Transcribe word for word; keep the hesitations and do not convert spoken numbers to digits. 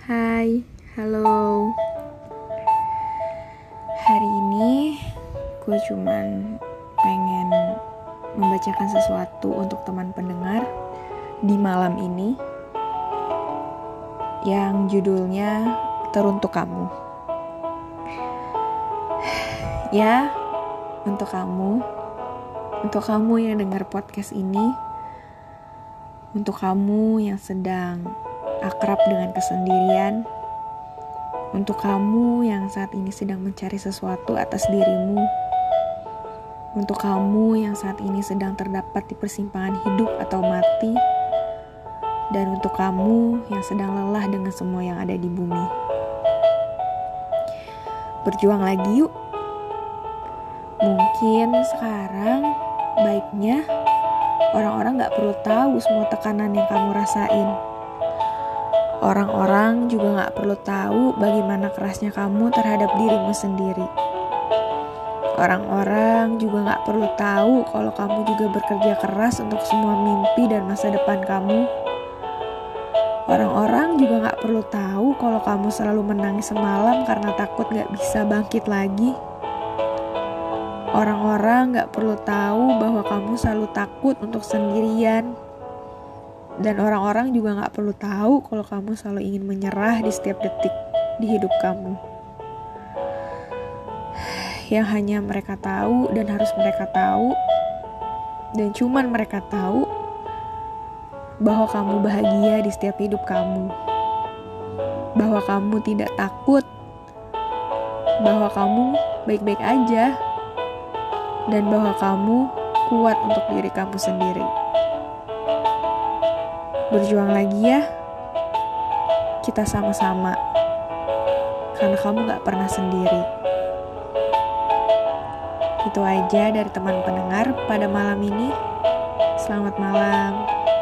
Hai, halo. Hari ini gue cuman pengen membacakan sesuatu untuk teman pendengar di malam ini yang judulnya Teruntuk Kamu. Ya, untuk kamu, untuk kamu yang dengar podcast ini, untuk kamu yang sedang akrab dengan kesendirian, untuk kamu yang saat ini sedang mencari sesuatu atas dirimu, untuk kamu yang saat ini sedang terdapat di persimpangan hidup atau mati, dan untuk kamu yang sedang lelah dengan semua yang ada di bumi. Berjuang lagi yuk. Mungkin sekarang baiknya orang-orang gak perlu tahu semua tekanan yang kamu rasain. Orang-orang juga gak perlu tahu bagaimana kerasnya kamu terhadap dirimu sendiri. Orang-orang juga gak perlu tahu kalau kamu juga bekerja keras untuk semua mimpi dan masa depan kamu. Orang-orang juga gak perlu tahu kalau kamu selalu menangis semalam karena takut gak bisa bangkit lagi. Orang-orang gak perlu tahu bahwa kamu selalu takut untuk sendirian. Dan orang-orang juga gak perlu tahu kalau kamu selalu ingin menyerah di setiap detik di hidup kamu. Yang hanya mereka tahu dan harus mereka tahu, dan cuman mereka tahu, bahwa kamu bahagia di setiap hidup kamu. Bahwa kamu tidak takut, bahwa kamu baik-baik aja, dan bahwa kamu kuat untuk diri kamu sendiri. Berjuang lagi ya, kita sama-sama, karena kamu gak pernah sendiri. Itu aja dari teman pendengar pada malam ini. Selamat malam.